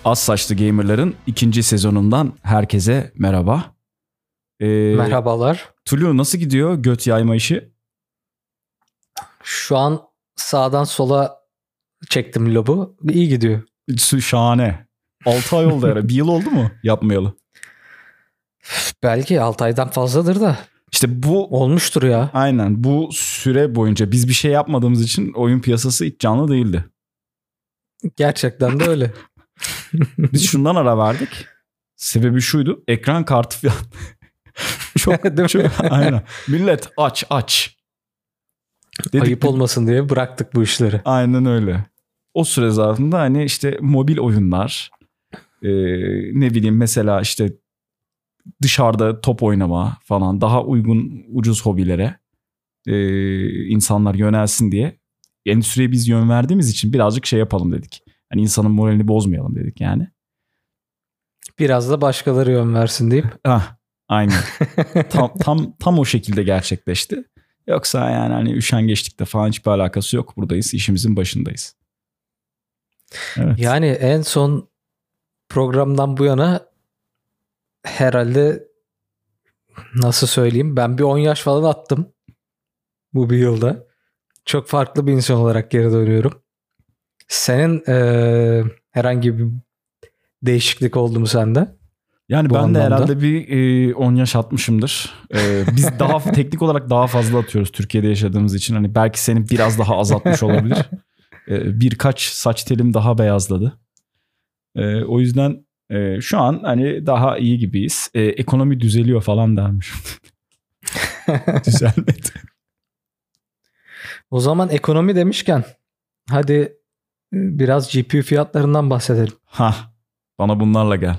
Az Saçlı Gamer'ların ikinci sezonundan herkese merhaba. Merhabalar. Tulu nasıl gidiyor göt yayma işi? Şu an sağdan sola çektim lobu. İyi gidiyor. Şahane. 6 ay oldu herhalde. 1 yıl oldu mu yapmayalı? Belki 6 aydan fazladır da. İşte bu olmuştur ya. Aynen, bu süre boyunca biz bir şey yapmadığımız için oyun piyasası hiç canlı değildi. Gerçekten de öyle. Biz şundan ara verdik. Sebebi şuydu. Ekran kartı falan. çok aynen. Millet aç. Dedik, ayıp olmasın diye bıraktık bu işleri. Aynen öyle. O süre zarfında hani işte mobil oyunlar, ne bileyim mesela işte dışarıda top oynama falan, daha uygun ucuz hobilere insanlar yönelsin diye endüstriye biz yön verdiğimiz için birazcık şey yapalım dedik. Hani insanın moralini bozmayalım dedik yani. Biraz da başkaları yön versin deyip. Aynen. tam o şekilde gerçekleşti. Yoksa yani hani üşengeçlikte falan hiçbir alakası yok. Buradayız, işimizin başındayız. Evet. Yani en son programdan bu yana herhalde, nasıl söyleyeyim, ben bir 10 yaş falan attım bu bir yılda. Çok farklı bir insan olarak geri dönüyorum. Senin herhangi bir değişiklik oldu mu sende? Yani bu ben anlamda de herhalde bir 10 yaş atmışımdır. Biz daha teknik olarak daha fazla atıyoruz Türkiye'de yaşadığımız için. Hani belki senin biraz daha azaltmış olabilir. Birkaç saç telim daha beyazladı. O yüzden şu an hani daha iyi gibiyiz. Ekonomi düzeliyor falan dermiş. Düzelmedi. O zaman ekonomi demişken hadi biraz GPU fiyatlarından bahsedelim. Bana bunlarla gel.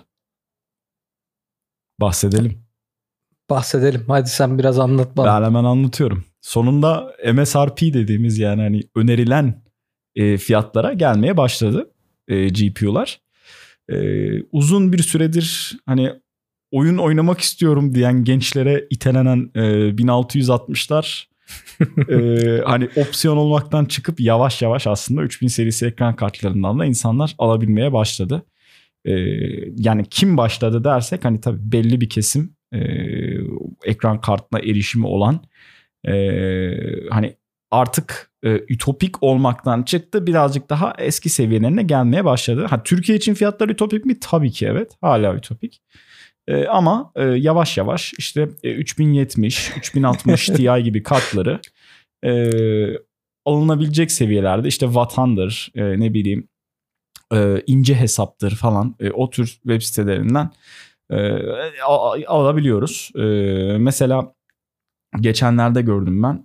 Bahsedelim. Hadi sen biraz anlat bana. Ben hemen anlatıyorum. Sonunda MSRP dediğimiz, yani hani önerilen fiyatlara gelmeye başladı GPU'lar. Uzun bir süredir hani oyun oynamak istiyorum diyen gençlere itelenen 1660'lar hani opsiyon olmaktan çıkıp yavaş yavaş aslında 3000 serisi ekran kartlarından da insanlar alabilmeye başladı. Yani kim başladı dersek hani tabii belli bir kesim ekran kartına erişimi olan hani artık ütopik olmaktan çıktı, birazcık daha eski seviyelerine gelmeye başladı. Türkiye için fiyatlar ütopik mi? Tabii ki evet, hala ütopik. Ama yavaş yavaş işte 3070, 3060 Ti gibi kartları alınabilecek seviyelerde, işte Vatan'dır, ne bileyim ince hesaptır falan, o tür web sitelerinden alabiliyoruz. Mesela geçenlerde gördüm ben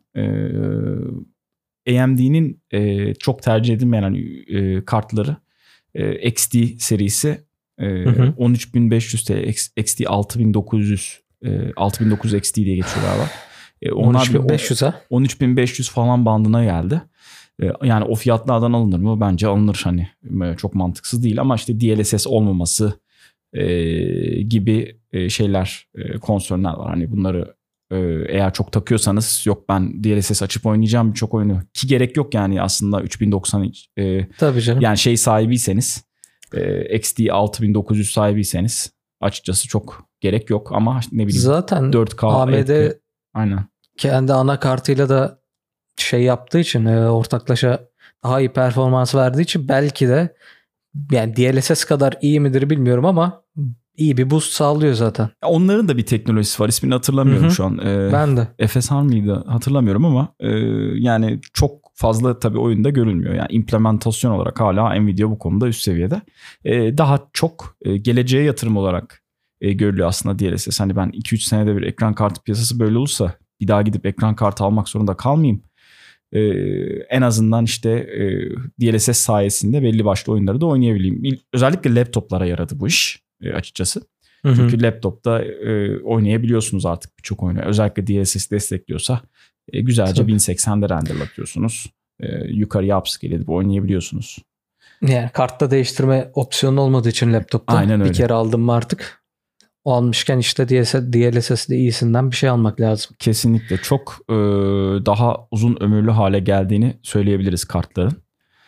AMD'nin çok tercih edilmeyen hani, kartları, XT serisi 13.500 TL, XT 6.900 6.900 XT diye geçiyor galiba. 13.500 ha? 13.500 falan bandına geldi. Yani o fiyatlardan alınır mı? Bence alınır, hani çok mantıksız değil ama işte DLSS olmaması gibi şeyler, konsörler var. Hani bunları eğer çok takıyorsanız, yok ben DLSS açıp oynayacağım birçok oyunu, ki gerek yok yani aslında 3090 tabii canım. Yani şey sahibiyseniz, XT 6900 sahibiyseniz açıkçası çok gerek yok ama ne bileyim zaten 4K AMD aynen kendi anakartıyla da şey yaptığı için, ortaklaşa daha iyi performans verdiği için belki de, yani DLSS kadar iyi midir bilmiyorum ama iyi bir boost sağlıyor zaten. Onların da bir teknolojisi var, ismini hatırlamıyorum şu an. Ben de. FSR mıydı hatırlamıyorum ama yani çok fazla tabii oyunda görülmüyor. Yani implementasyon olarak hala Nvidia bu konuda üst seviyede. Daha çok geleceğe yatırım olarak görülüyor aslında DLSS. Hani ben 2-3 senede bir ekran kartı piyasası böyle olursa bir daha gidip ekran kartı almak zorunda kalmayayım. En azından işte DLSS sayesinde belli başlı oyunları da oynayabileyim. Özellikle laptoplara yaradı bu iş açıkçası. Çünkü laptopta oynayabiliyorsunuz artık birçok oyunu. Özellikle DLSS destekliyorsa güzelce 1080'de renderlatıyorsunuz. Yukarıya upscale edip oynayabiliyorsunuz. Yani kartta değiştirme opsiyonu olmadığı için laptopta. Aynen öyle. Bir kere aldım mı artık? O almışken işte DLSS'de iyisinden bir şey almak lazım. Kesinlikle çok daha uzun ömürlü hale geldiğini söyleyebiliriz kartların.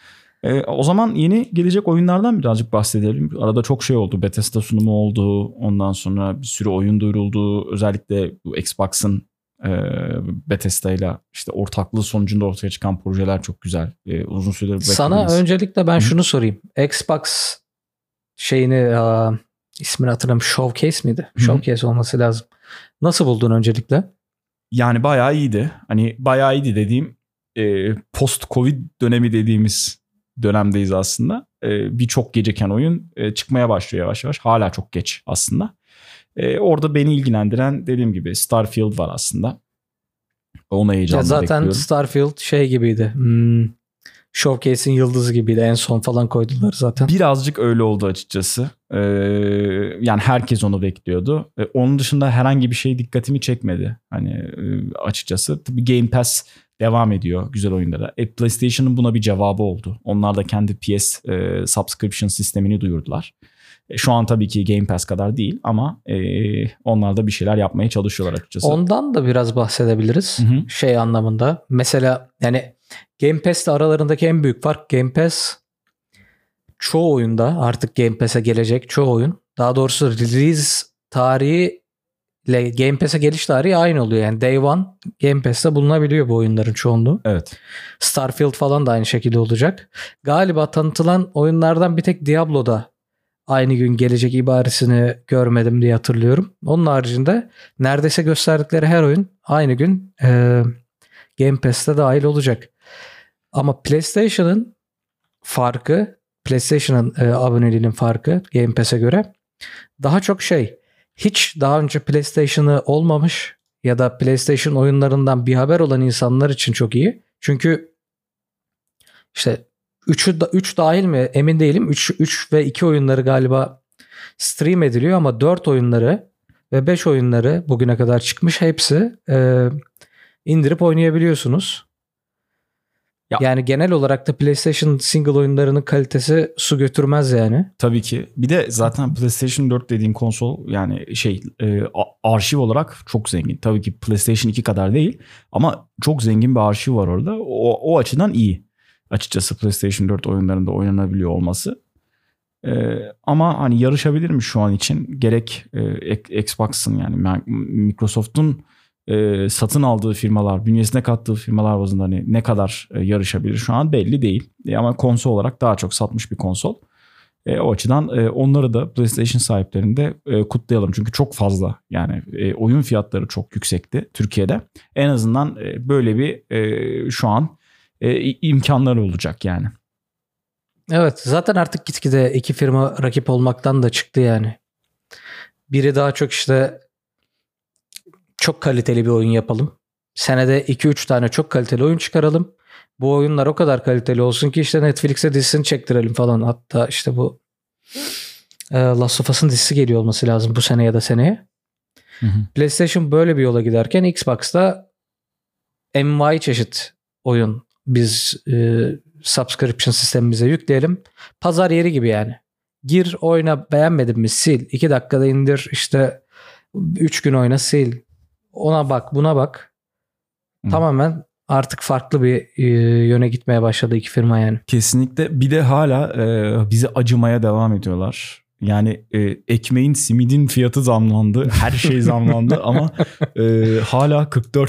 O zaman yeni gelecek oyunlardan birazcık bahsedelim. Arada çok şey oldu. Bethesda sunumu oldu. Ondan sonra bir sürü oyun duyuruldu. Özellikle bu Xbox'ın Bethesda ile işte ortaklığı sonucunda ortaya çıkan projeler çok güzel. Uzun süredir sana öncelikle ben şunu sorayım. Xbox şeyini ismini hatırlamıyorum. Showcase miydi? Showcase olması lazım. Nasıl buldun öncelikle? Yani bayağı iyiydi. Hani bayağı iyiydi dediğim post-Covid dönemi dediğimiz dönemdeyiz aslında. Birçok geciken oyun çıkmaya başlıyor yavaş yavaş. Hala çok geç aslında. Orada beni ilgilendiren dediğim gibi Starfield var aslında. Ona heyecanla bekliyorum. Zaten Starfield şey gibiydi. Showcase'in yıldızı gibiydi. En son falan koydular zaten. Birazcık öyle oldu açıkçası. Yani herkes onu bekliyordu. Onun dışında herhangi bir şey dikkatimi çekmedi. Hani açıkçası. Tabii Game Pass devam ediyor güzel oyunlara. PlayStation'ın buna bir cevabı oldu. Onlar da kendi PS subscription sistemini duyurdular. Şu an tabii ki Game Pass kadar değil ama onlar da bir şeyler yapmaya çalışıyorlar açıkçası. Ondan da biraz bahsedebiliriz. Şey anlamında. Mesela yani Game Pass'te aralarındaki en büyük fark, Game Pass çoğu oyunda artık Game Pass'e gelecek çoğu oyun. Daha doğrusu release tarihi ile Game Pass'e geliş tarihi aynı oluyor. Yani Day One Game Pass'te bulunabiliyor bu oyunların çoğunluğu. Evet. Starfield falan da aynı şekilde olacak. Galiba tanıtılan oyunlardan bir tek Diablo'da aynı gün gelecek ibaresini görmedim diye hatırlıyorum. Onun haricinde neredeyse gösterdikleri her oyun aynı gün Game Pass'te dahil olacak. Ama PlayStation'ın farkı, PlayStation'ın aboneliğinin farkı Game Pass'e göre daha çok hiç daha önce PlayStation'ı olmamış ya da PlayStation oyunlarından bir haber olan insanlar için çok iyi. Çünkü işte 3 dahil mi emin değilim. 3 ve 2 oyunları galiba stream ediliyor ama 4 oyunları ve 5 oyunları bugüne kadar çıkmış hepsi indirip oynayabiliyorsunuz. Ya. Yani genel olarak da PlayStation single oyunlarının kalitesi su götürmez yani. Tabii ki. Bir de zaten PlayStation 4 dediğin konsol yani arşiv olarak çok zengin. Tabii ki PlayStation 2 kadar değil ama çok zengin bir arşiv var orada. O açıdan iyi. Açıkçası PlayStation 4 oyunlarında oynanabiliyor olması. Ama hani yarışabilir mi şu an için? Gerek Xbox'ın yani Microsoft'un satın aldığı firmalar, bünyesine kattığı firmalar bazında hani ne kadar yarışabilir şu an belli değil. Ama konsol olarak daha çok satmış bir konsol. O açıdan onları da PlayStation sahiplerinde kutlayalım. Çünkü çok fazla yani oyun fiyatları çok yüksekti Türkiye'de. En azından böyle bir şu an imkanları olacak yani. Evet, zaten artık gitgide iki firma rakip olmaktan da çıktı yani. Biri daha çok işte çok kaliteli bir oyun yapalım. Senede 2-3 tane çok kaliteli oyun çıkaralım. Bu oyunlar o kadar kaliteli olsun ki işte Netflix'e dizisini çektirelim falan. Hatta işte bu Last of Us'ın dizisi geliyor olması lazım bu sene ya da seneye. Hı hı. PlayStation böyle bir yola giderken Xbox'ta envai çeşit oyun biz subscription sistemimize yükleyelim. Pazar yeri gibi yani. Gir oyna, beğenmedin mi sil. 2 dakikada indir, işte 3 gün oyna sil. Ona bak buna bak. Tamamen artık farklı bir yöne gitmeye başladı iki firma yani. Kesinlikle. Bir de hala bize acımaya devam ediyorlar. Yani ekmeğin, simidin fiyatı zamlandı. Her şey zamlandı ama hala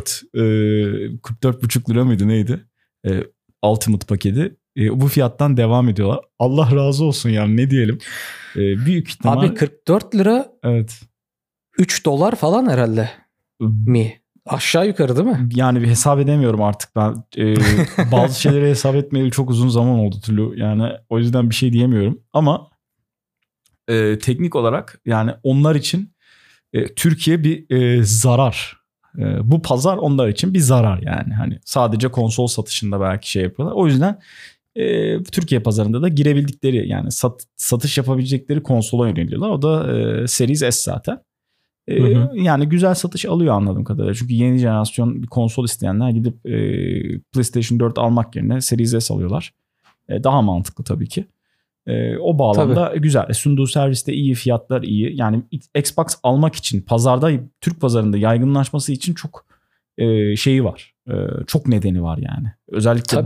44,5 lira mıydı neydi? Ultimate paketi. Bu fiyattan devam ediyorlar. Allah razı olsun yani ne diyelim. Büyük ihtimal. Abi 44 lira. Evet. $3 falan herhalde mi? Aşağı yukarı değil mi? Yani bir hesap edemiyorum artık ben. Bazı şeyleri hesap etmeyeli çok uzun zaman oldu türlü. Yani o yüzden bir şey diyemiyorum. Ama teknik olarak yani onlar için Türkiye bir zarar. Bu pazar onlar için bir zarar yani. Hani sadece konsol satışında belki şey yapıyorlar. O yüzden Türkiye pazarında da girebildikleri yani satış yapabilecekleri konsola yöneliyorlar. O da Series S zaten. Yani güzel satış alıyor anladığım kadarıyla. Çünkü yeni jenerasyon bir konsol isteyenler gidip PlayStation 4 almak yerine Series S alıyorlar. Daha mantıklı tabii ki. O bağlamda güzel. Sunduğu serviste iyi, fiyatlar iyi. Yani Xbox almak için pazarda, Türk pazarında yaygınlaşması için çok şeyi var. Çok nedeni var yani. Özellikle bu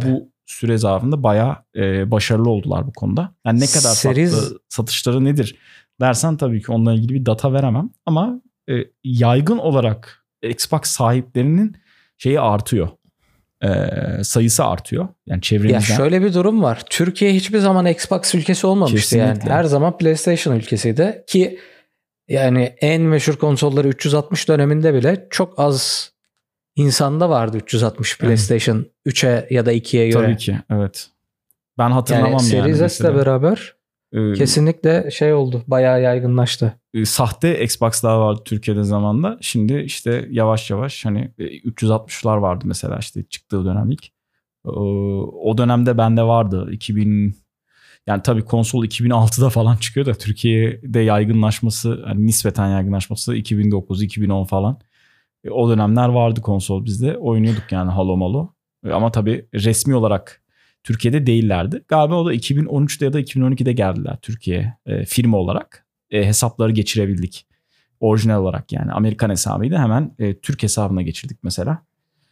süre zarfında bayağı başarılı oldular bu konuda. Yani ne kadar satışları nedir dersen tabii ki onunla ilgili bir data veremem. Ama yaygın olarak Xbox sahiplerinin şeyi artıyor. Sayısı artıyor. Yani çevremizden. Ya şöyle bir durum var. Türkiye hiçbir zaman Xbox ülkesi olmamıştı. Kesinlikle. Yani. Her zaman PlayStation ülkesiydi ki yani en meşhur konsolları 360 döneminde bile çok az insanda vardı 360 PlayStation 3'e ya da 2'ye göre. Tabii ki evet. Ben hatırlamam yani. Series S'le beraber kesinlikle şey oldu. Bayağı yaygınlaştı. Sahte Xbox'lar vardı Türkiye'de zamanla. Şimdi işte yavaş yavaş hani 360'lar vardı mesela işte çıktığı dönem ilk. O dönemde bende vardı. 2000 yani tabii konsol 2006'da falan çıkıyor da Türkiye'de yaygınlaşması hani nispeten yaygınlaşması 2009 2010 falan. O dönemler vardı konsol bizde. Oynuyorduk yani halo malo. Ama tabii resmi olarak Türkiye'de değillerdi. Galiba o da 2013'te ya da 2012'de geldiler Türkiye'ye firma olarak. Hesapları geçirebildik. Orijinal olarak yani. Amerikan hesabıydı. Hemen Türk hesabına geçirdik mesela.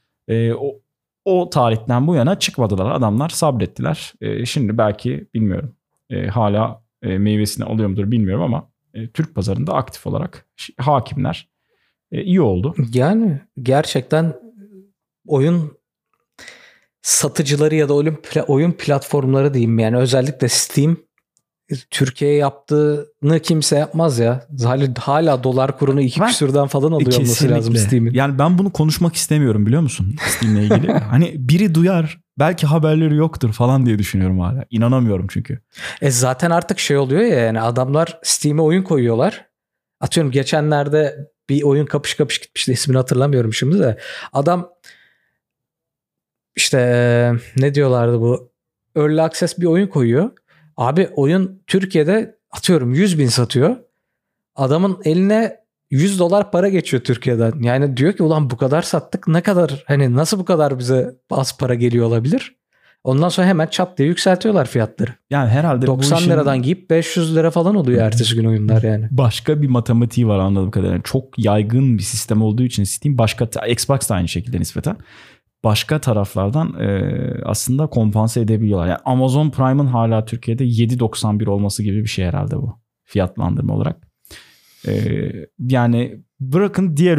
O tarihten bu yana çıkmadılar. Adamlar sabrettiler. Şimdi belki bilmiyorum. Hala meyvesini alıyor mudur bilmiyorum ama Türk pazarında aktif olarak hakimler. İyi oldu. Yani gerçekten oyun satıcıları ya da oyun platformları diyeyim yani özellikle Steam Türkiye'ye yaptığını kimse yapmaz ya. Hala dolar kurunu 2 küsürden falan alıyor olması lazım Steam'in. Yani ben bunu konuşmak istemiyorum biliyor musun Steam'le ilgili. Hani biri duyar belki haberleri yoktur falan diye düşünüyorum hala. İnanamıyorum çünkü. Zaten artık şey oluyor ya yani adamlar Steam'e oyun koyuyorlar. Atıyorum geçenlerde bir oyun kapış gitmişti ismini hatırlamıyorum şimdi de. Adam işte ne diyorlardı bu Early Access bir oyun koyuyor. Abi oyun Türkiye'de atıyorum 100.000 satıyor. Adamın eline $100 para geçiyor Türkiye'den. Yani diyor ki ulan bu kadar sattık ne kadar hani nasıl bu kadar bize az para geliyor olabilir? Ondan sonra hemen çat diye yükseltiyorlar fiyatları. Yani herhalde 90 liradan giyip 500 lira falan oluyor ertesi gün oyunlar yani. Başka bir matematiği var anladığım kadarıyla. Çok yaygın bir sistem olduğu için Steam Xbox da aynı şekilde nispeten. Başka taraflardan aslında kompanse edebiliyorlar. Yani Amazon Prime'ın hala Türkiye'de 7.91 olması gibi bir şey herhalde bu fiyatlandırma olarak. Yani bırakın diğer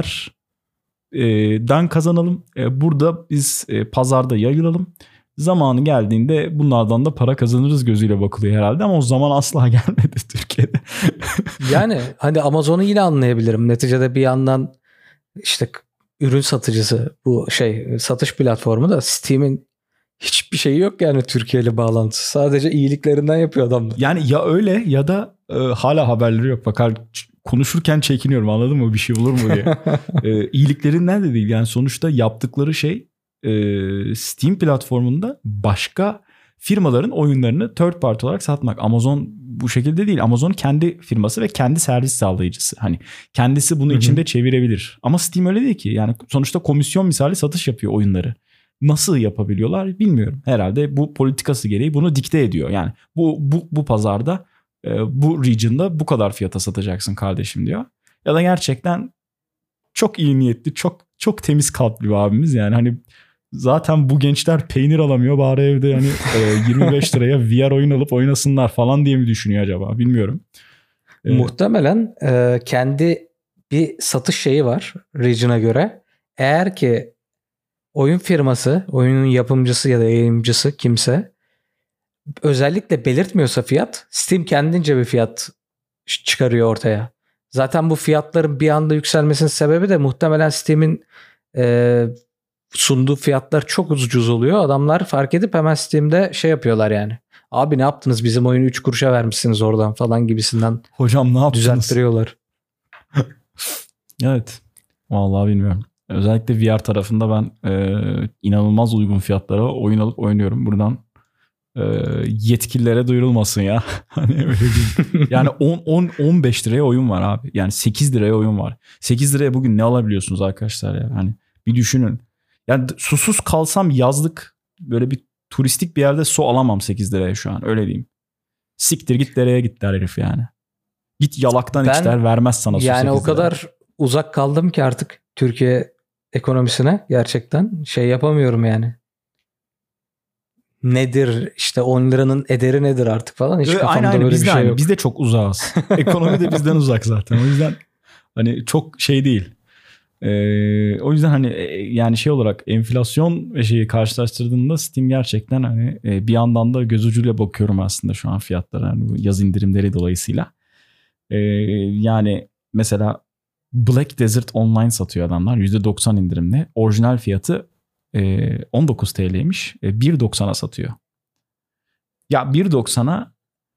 ülkelerden kazanalım. Burada biz pazarda yayılalım. Zamanı geldiğinde bunlardan da para kazanırız gözüyle bakılıyor herhalde ama o zaman asla gelmedi Türkiye'de. Yani hani Amazon'u yine anlayabilirim. Neticede bir yandan işte ürün satıcısı bu satış platformu da Steam'in hiçbir şeyi yok yani Türkiye ile bağlantısı. Sadece iyiliklerinden yapıyor adamlar. Yani ya öyle ya da hala haberleri yok. Bakar konuşurken çekiniyorum anladın mı bir şey olur mu diye. İyiliklerinden de değil yani sonuçta yaptıkları şey Steam platformunda başka firmaların oyunlarını third party olarak satmak. Amazon bu şekilde değil. Amazon kendi firması ve kendi servis sağlayıcısı. Hani kendisi bunu içinde çevirebilir. Ama Steam öyle değil ki. Yani sonuçta komisyon misali satış yapıyor oyunları. Nasıl yapabiliyorlar bilmiyorum. Herhalde bu politikası gereği bunu dikte ediyor. Yani bu pazarda bu region'da bu kadar fiyata satacaksın kardeşim diyor. Ya da gerçekten çok iyi niyetli, çok temiz kalpli bir abimiz yani hani zaten bu gençler peynir alamıyor bari evde hani 25 liraya VR oyun alıp oynasınlar falan diye mi düşünüyor acaba bilmiyorum. Muhtemelen kendi bir satış şeyi var region'a göre. Eğer ki oyun firması, oyunun yapımcısı ya da yayıncısı kimse özellikle belirtmiyorsa fiyat, Steam kendince bir fiyat çıkarıyor ortaya. Zaten bu fiyatların bir anda yükselmesinin sebebi de muhtemelen Steam'in sunduğu fiyatlar çok ucuz oluyor. Adamlar fark edip hemen Steam'de şey yapıyorlar yani. Abi ne yaptınız bizim oyunu 3 kuruşa vermişsiniz oradan falan gibisinden. Hocam ne yaptınız? Düzelttiriyorlar. Evet. Vallahi bilmiyorum. Özellikle VR tarafında ben inanılmaz uygun fiyatlara oyun alıp oynuyorum. Buradan yetkililere duyurulmasın ya. Hani öyle değil. Yani 15 liraya oyun var abi. Yani 8 liraya oyun var. 8 liraya bugün ne alabiliyorsunuz arkadaşlar ya? Hani bir düşünün. Yani susuz kalsam yazlık böyle bir turistik bir yerde su alamam 8 liraya şu an. Öyle diyeyim. Siktir git dereye git der herif yani. Git yalaktan iç der vermez sana su 8 liraya. Yani o kadar uzak kaldım ki artık Türkiye ekonomisine gerçekten şey yapamıyorum yani. nedir, işte 10 liranın ederi nedir artık falan, hiç kafamda aynen, böyle biz bir de şey aynı. yok. Biz de çok uzağız. Ekonomi de bizden uzak zaten. O yüzden hani çok şey değil. O yüzden hani yani şey olarak enflasyon ve şeyi karşılaştırdığında Steam gerçekten hani bir yandan da göz ucuyla bakıyorum aslında şu an fiyatlara, hani bu yaz indirimleri dolayısıyla. Yani mesela Black Desert Online satıyor adamlar %90 indirimle. Orijinal fiyatı 19 TL'ymiş. 1.90'a satıyor. Ya 1.90'a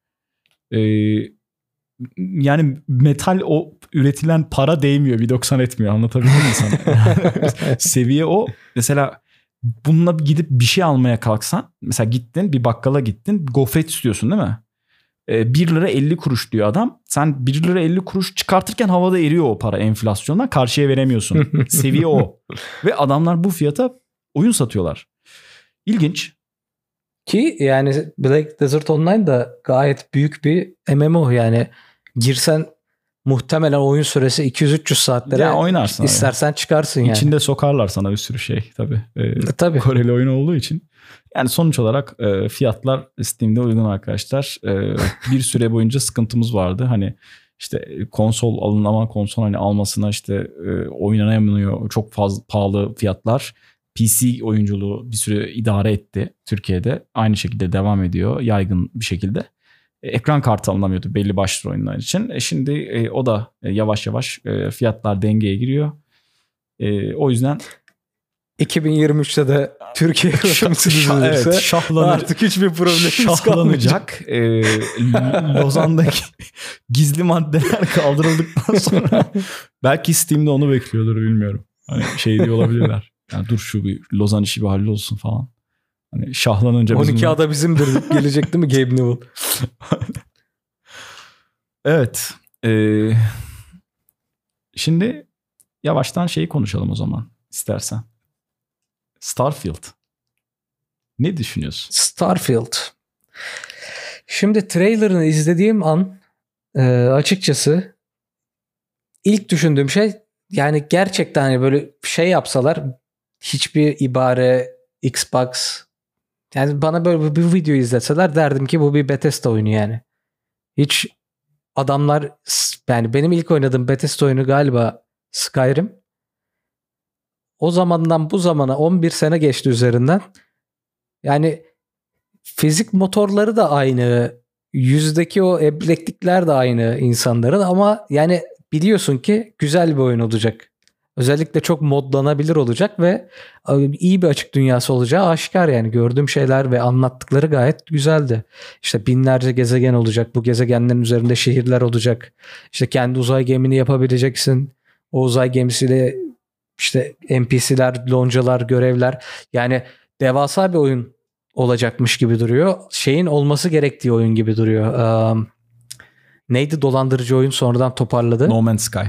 yani metal o üretilen para değmiyor. 1.90 etmiyor. Anlatabildim mi sana? Seviye o. Mesela bununla gidip bir şey almaya kalksan, mesela gittin bir bakkala gittin, gofret istiyorsun değil mi? 1 lira 50 kuruş diyor adam. Sen 1 lira 50 kuruş çıkartırken havada eriyor o para enflasyondan. Karşıya veremiyorsun. Seviye o. Ve adamlar bu fiyata oyun satıyorlar. İlginç. Ki yani Black Desert Online da gayet büyük bir MMO, yani girsen muhtemelen oyun süresi 200-300 saatlere Ya oynarsın istersen çıkarsın yani. İçinde sokarlar sana bir sürü şey tabii. Tabii. Koreli oyun olduğu için. Yani sonuç olarak fiyatlar Steam'de uygun arkadaşlar. Bir süre boyunca sıkıntımız vardı. Hani işte konsol alın ama konsol hani almasına işte oynanamıyor. Çok fazla pahalı fiyatlar. PC oyunculuğu bir süre idare etti Türkiye'de. Aynı şekilde devam ediyor yaygın bir şekilde. Ekran kartı alınamıyordu belli başlı oyunlar için. Şimdi o da yavaş yavaş fiyatlar dengeye giriyor. O yüzden 2023'te de Türkiye ekonomisi düzelirse evet, artık hiçbir problemimiz şahlanacak. Lozan'daki gizli maddeler kaldırıldıktan sonra belki Steam'de onu bekliyordur, bilmiyorum. Hani şey diye olabilirler. Yani dur şu bir Lozan işi bir hallolsun falan. Hani şahlanınca 12 ada bizimdir gelecek değil mi Gabe Newell? Evet. Şimdi yavaştan şeyi konuşalım o zaman istersen. Starfield. Ne düşünüyorsun? Starfield. Şimdi trailerını izlediğim an açıkçası ilk düşündüğüm şey, yani gerçekten hani böyle şey yapsalar, hiçbir ibare Xbox, yani bana böyle bir video izletseler derdim ki bu bir Bethesda oyunu yani. Hiç adamlar, yani benim ilk oynadığım Bethesda oyunu galiba Skyrim. O zamandan bu zamana 11 sene geçti üzerinden. Yani fizik motorları da aynı. Yüzdeki o ebleklikler de aynı insanların, ama yani biliyorsun ki güzel bir oyun olacak. Özellikle çok modlanabilir olacak ve iyi bir açık dünyası olacağı aşikar yani. Gördüğüm şeyler ve anlattıkları gayet güzeldi. İşte binlerce gezegen olacak. Bu gezegenlerin üzerinde şehirler olacak. İşte kendi uzay gemini yapabileceksin. O uzay gemisiyle işte NPC'ler, loncalar, görevler. Yani devasa bir oyun olacakmış gibi duruyor. Şeyin olması gerektiği oyun gibi duruyor. Neydi dolandırıcı oyun sonradan toparladı? No Man's Sky.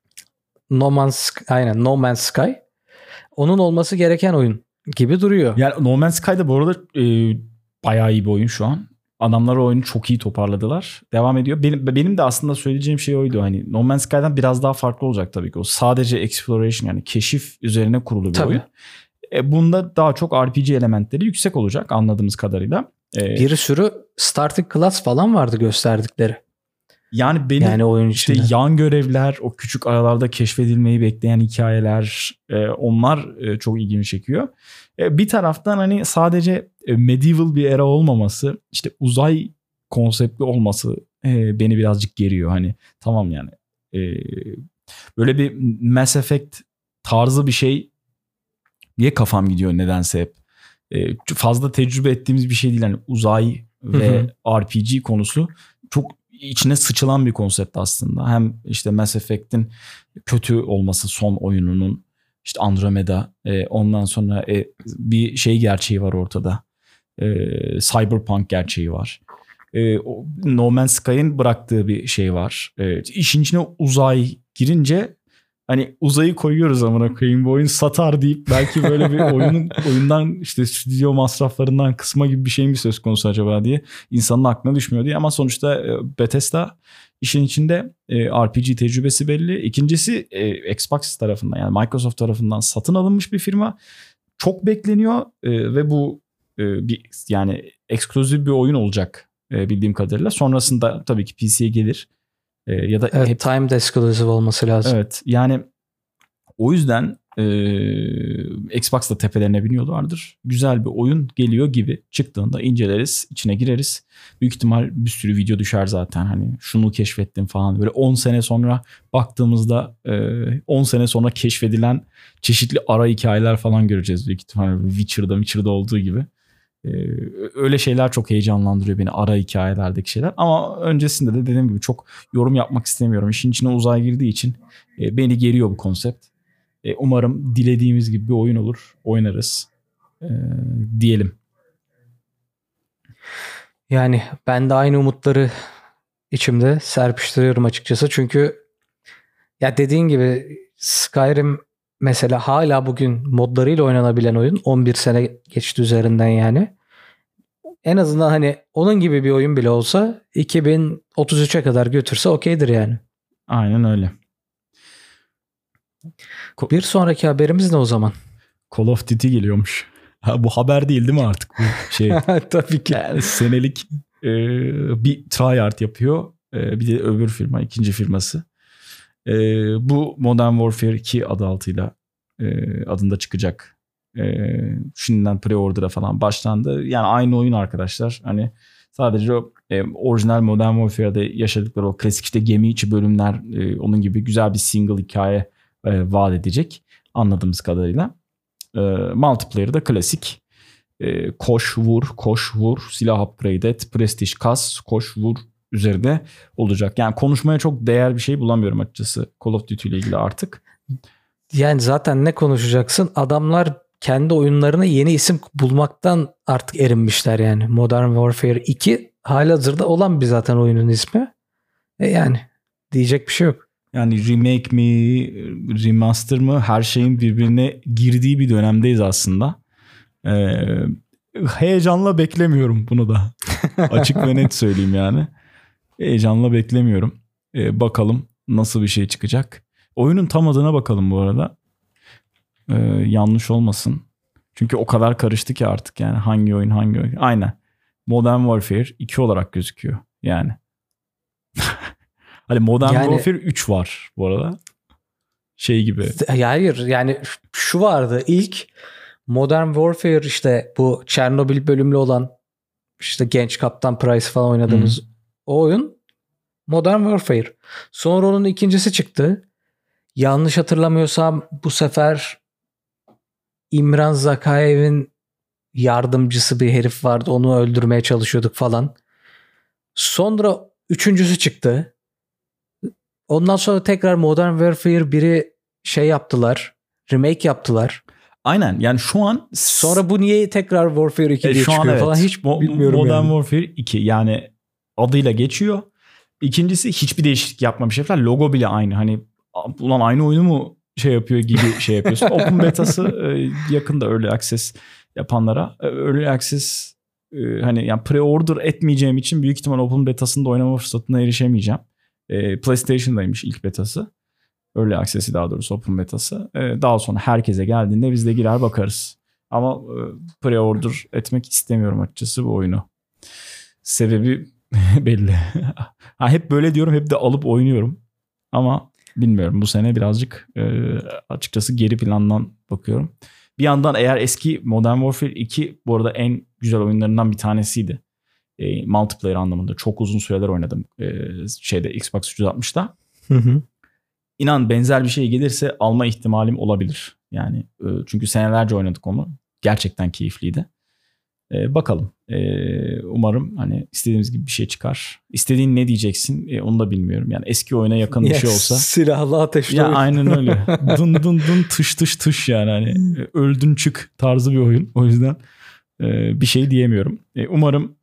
Aynen, No Man's Sky. Onun olması gereken oyun gibi duruyor. Yani No Man's Sky'da bu arada bayağı iyi bir oyun şu an. Adamlar o oyunu çok iyi toparladılar. Devam ediyor. Benim de aslında söyleyeceğim şey oydu. Hani No Man's Sky'dan biraz daha farklı olacak tabii ki. O sadece exploration, yani keşif üzerine kurulu bir tabii oyun. Bunda daha çok RPG elementleri yüksek olacak anladığımız kadarıyla. Bir sürü starting class falan vardı gösterdikleri. Yani benim yani oyun işte içinde yan görevler, o küçük aralarda keşfedilmeyi bekleyen hikayeler, onlar çok ilgimi çekiyor. Bir taraftan hani sadece medieval bir era olmaması, işte uzay konseptli olması beni birazcık geriyor. Hani tamam yani böyle bir Mass Effect tarzı bir şey diye kafam gidiyor nedense hep. Fazla tecrübe ettiğimiz bir şey değil. Yani uzay ve RPG konusu çok içine sıçılan bir konsept aslında. Hem işte Mass Effect'in kötü olması son oyununun, işte Andromeda, ondan sonra bir şey gerçeği var ortada. Cyberpunk gerçeği var. No Man's Sky'ın bıraktığı bir şey var. İşin içine uzay girince hani uzayı koyuyoruz amına koyayım, bu oyun satar deyip belki böyle bir oyundan işte stüdyo masraflarından kısma gibi bir şey mi söz konusu acaba diye insanın aklına düşmüyor diye. Ama sonuçta Bethesda işin içinde, RPG tecrübesi belli. İkincisi Xbox tarafından, yani Microsoft tarafından satın alınmış bir firma. Çok bekleniyor ve bu yani ekskluzif bir oyun olacak bildiğim kadarıyla. Sonrasında tabii ki PC'ye gelir. Ya da evet, timed exclusive olması lazım. Evet, yani o yüzden Xbox da tepelerine biniyorlardır. Güzel bir oyun geliyor gibi. Çıktığında inceleriz, içine gireriz. Büyük ihtimal bir sürü video düşer zaten. Hani şunu keşfettim falan. Böyle 10 sene sonra baktığımızda 10 sene sonra keşfedilen çeşitli ara hikayeler falan göreceğiz büyük ihtimal. Witcher'da olduğu gibi. Öyle şeyler çok heyecanlandırıyor beni, ara hikayelerdeki şeyler. Ama öncesinde de dediğim gibi çok yorum yapmak istemiyorum. İşin içine uzay girdiği için beni geriyor bu konsept. Umarım dilediğimiz gibi bir oyun olur. Oynarız. Diyelim. Yani ben de aynı umutları içimde serpiştiriyorum açıkçası. Çünkü ya dediğin gibi Skyrim mesela hala bugün modlarıyla oynanabilen oyun. 11 sene geçti üzerinden yani. En azından hani onun gibi bir oyun bile olsa 2033'e kadar götürse okeydir yani. Aynen öyle. Bir sonraki haberimiz ne o zaman? Call of Duty geliyormuş. Bu haber değil mi artık bu şey? Tabii ki. Yani senelik bir tryhard yapıyor. Bir de öbür firma, ikinci firması. Bu Modern Warfare 2 adı altıyla adında çıkacak. Şimdiden pre-order'a falan başlandı. Yani aynı oyun arkadaşlar. Hani sadece o orijinal Modern Warfare'da yaşadıkları o klasik işte gemi içi bölümler onun gibi güzel bir single hikaye vaat edecek. Anladığımız kadarıyla. Multiplayer'da klasik. Koş vur, silah upgrade et, prestij kas, koş vur üzerinde olacak. Yani konuşmaya çok değer bir şey bulamıyorum açıkçası Call of Duty ile ilgili artık. Yani zaten ne konuşacaksın? Adamlar kendi oyunlarına yeni isim bulmaktan artık erinmişler yani. Modern Warfare 2 halihazırda olan bir zaten oyunun ismi. Yani diyecek bir şey yok. Yani remake mi, remaster mı, her şeyin birbirine girdiği bir dönemdeyiz aslında. Heyecanla beklemiyorum bunu da. Açık ve net söyleyeyim yani. Heyecanla beklemiyorum. Bakalım nasıl bir şey çıkacak. Oyunun tam adına bakalım bu arada. Yanlış olmasın. Çünkü o kadar karıştı ki artık yani hangi oyun. Aynen. Modern Warfare 2 olarak gözüküyor yani. Hani Modern Warfare 3 var bu arada. Şey gibi. Hayır yani şu vardı ilk Modern Warfare işte bu Çernobil bölümlü olan işte genç Kaptan Price falan oynadığımız o oyun Modern Warfare. Sonra onun ikincisi çıktı. Yanlış hatırlamıyorsam bu sefer İmran Zakayev'in yardımcısı bir herif vardı. Onu öldürmeye çalışıyorduk falan. Sonra üçüncüsü çıktı. Ondan sonra tekrar Modern Warfare 1'i şey yaptılar. Remake yaptılar. Aynen yani şu an. Sonra bu niye tekrar Warfare 2 diye çıkıyor evet. falan hiç bilmiyorum Modern yani. Warfare 2 yani adıyla geçiyor. İkincisi hiçbir değişiklik yapmamış herifler. Logo bile aynı. Hani ulan aynı oyunu mu şey yapıyor gibi şey yapıyorsun. Open beta'sı yakında Early Access yapanlara. Early Access hani yani pre-order etmeyeceğim için büyük ihtimal Open beta'sında oynama fırsatına erişemeyeceğim. PlayStation'daymış ilk beta'sı. Early Access'i daha doğrusu Open beta'sı. Daha sonra herkese geldiğinde biz de girer bakarız. Ama pre-order etmek istemiyorum açıkçası bu oyunu. Sebebi belli. Hep böyle diyorum, hep de alıp oynuyorum. Ama bilmiyorum, bu sene birazcık açıkçası geri plandan bakıyorum. Bir yandan eğer eski Modern Warfare 2 bu arada en güzel oyunlarından bir tanesiydi. Multiplayer anlamında çok uzun süreler oynadım Xbox 360'da. İnan benzer bir şey gelirse alma ihtimalim olabilir. Yani çünkü senelerce oynadık onu. Gerçekten keyifliydi. Bakalım. Umarım hani istediğimiz gibi bir şey çıkar. İstediğin ne diyeceksin onu da bilmiyorum. Yani eski oyuna yakın bir şey olsa. Silahlı ateşli ya oyun. aynen öyle. Dın dın dın tış tış tış yani. Hani öldün çık tarzı bir oyun. O yüzden bir şey diyemiyorum. Umarım